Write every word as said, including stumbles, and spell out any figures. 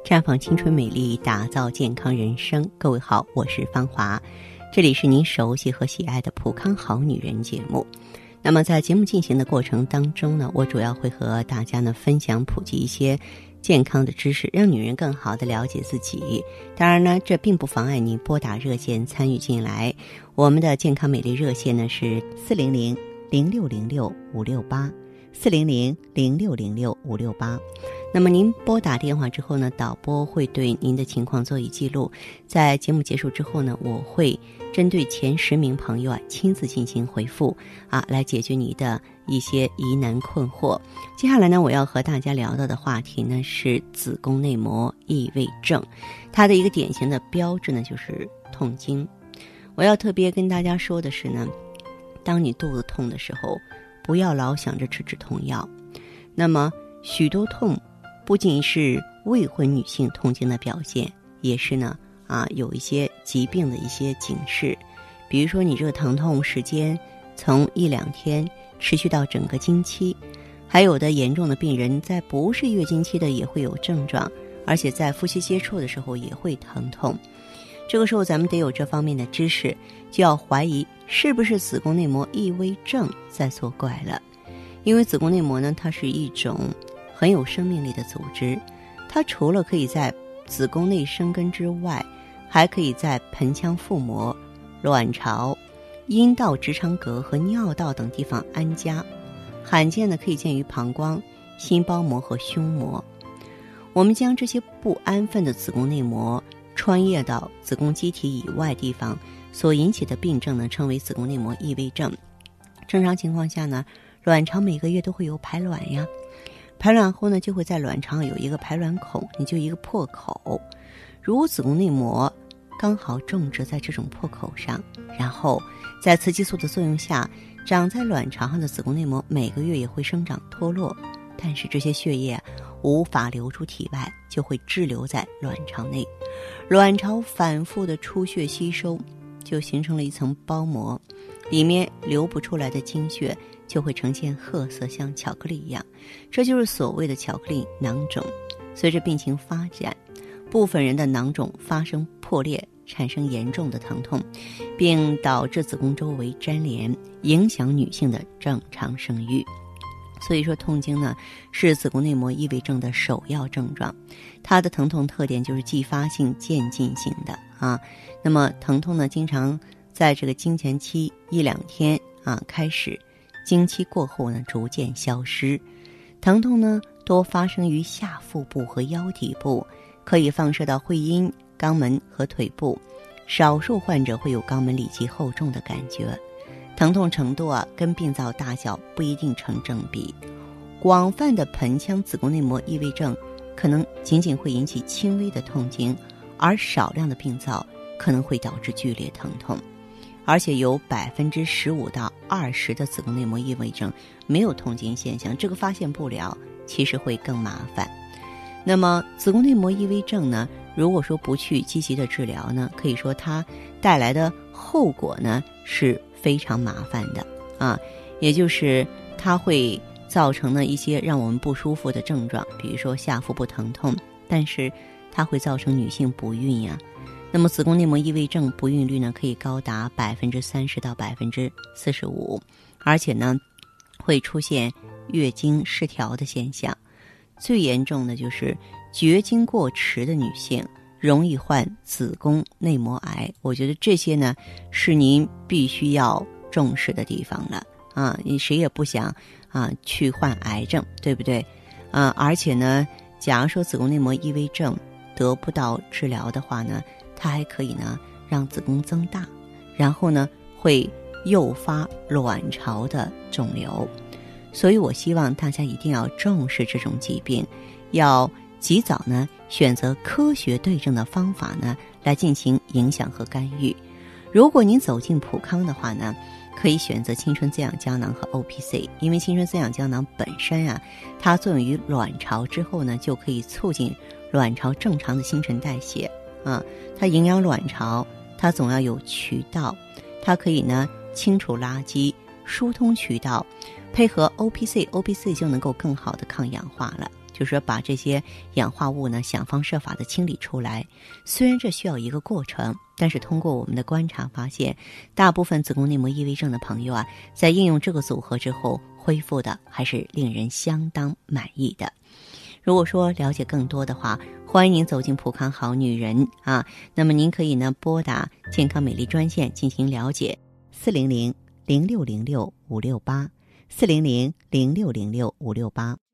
绽放青春美丽，打造健康人生。各位好，我是芳华，这里是您熟悉和喜爱的普康好女人节目。那么在节目进行的过程当中呢，我主要会和大家呢分享普及一些健康的知识，让女人更好的了解自己。当然呢，这并不妨碍您拨打热线参与进来。我们的健康美丽热线呢是四零零零六零六五六八，四零零零六零六五六八。那么您拨打电话之后呢，导播会对您的情况做以记录。在节目结束之后呢，我会针对前十名朋友啊亲自进行回复啊，来解决你的一些疑难困惑。接下来呢，我要和大家聊到的话题呢是子宫内膜异位症，它的一个典型的标志呢就是痛经。我要特别跟大家说的是呢，当你肚子痛的时候，不要老想着吃止痛药。那么许多痛不仅是未婚女性痛经的表现，也是呢啊有一些疾病的一些警示。比如说你这个疼痛时间从一两天持续到整个经期，还有的严重的病人在不是月经期的也会有症状，而且在夫妻接触的时候也会疼痛。这个时候咱们得有这方面的知识，就要怀疑是不是子宫内膜异位症在作怪了。因为子宫内膜呢，它是一种很有生命力的组织，它除了可以在子宫内生根之外，还可以在盆腔腹膜、卵巢、阴道直肠隔和尿道等地方安家，罕见的可以见于膀胱、心包膜和胸膜。我们将这些不安分的子宫内膜穿越到子宫基体以外地方所引起的病症呢，称为子宫内膜异位症。正常情况下呢，卵巢每个月都会有排卵呀，排卵后呢，就会在卵巢有一个排卵孔，你就一个破口。如果子宫内膜刚好种植在这种破口上，然后在雌激素的作用下，长在卵巢上的子宫内膜每个月也会生长脱落，但是这些血液无法流出体外，就会滞留在卵巢内。卵巢反复的出血吸收，就形成了一层包膜，里面流不出来的经血就会呈现褐色，像巧克力一样，这就是所谓的巧克力囊肿。随着病情发展，部分人的囊肿发生破裂，产生严重的疼痛，并导致子宫周围粘连，影响女性的正常生育。所以说痛经呢是子宫内膜异位症的首要症状，它的疼痛特点就是继发性渐进性的啊。那么疼痛呢经常在这个经前期一两天啊开始，经期过后呢逐渐消失。疼痛呢多发生于下腹部和腰底部，可以放射到会阴、肛门和腿部，少数患者会有肛门里积厚重的感觉。疼痛程度啊跟病灶大小不一定成正比，广泛的盆腔子宫内膜异位症可能仅仅会引起轻微的痛经，而少量的病灶可能会导致剧烈疼痛。而且有百分之十五到二十的子宫内膜异位症没有痛经现象，这个发现不了，其实会更麻烦。那么子宫内膜异位症呢，如果说不去积极的治疗呢，可以说它带来的后果呢是非常麻烦的啊，也就是它会造成了一些让我们不舒服的症状，比如说下腹部疼痛，但是它会造成女性不孕呀。那么子宫内膜异位症不孕率呢，可以高达百分之三十到百分之四十五，而且呢，会出现月经失调的现象。最严重的就是绝经过迟的女性容易患子宫内膜癌。我觉得这些呢，是您必须要重视的地方了啊！你谁也不想啊去患癌症，对不对？啊，而且呢，假如说子宫内膜异位症得不到治疗的话呢，它还可以呢让子宫增大，然后呢会诱发卵巢的肿瘤。所以我希望大家一定要重视这种疾病，要及早呢选择科学对症的方法呢来进行影响和干预。如果您走进普康的话呢，可以选择青春滋养胶囊和 O P C， 因为青春滋养胶囊本身啊，它作用于卵巢之后呢，就可以促进卵巢正常的新陈代谢啊，它营养卵巢，它总要有渠道，它可以呢清除垃圾，疏通渠道，配合 O P C， O P C 就能够更好的抗氧化了。 就是说把这些氧化物呢想方设法的清理出来。虽然这需要一个过程，但是通过我们的观察发现，大部分子宫内膜异位症的朋友啊，在应用这个组合之后，恢复的还是令人相当满意的。如果说了解更多的话，欢迎您走进普康好女人啊。那么您可以呢拨打健康美丽专线进行了解，四零零零六零六五六八，四零零零六零六五六八。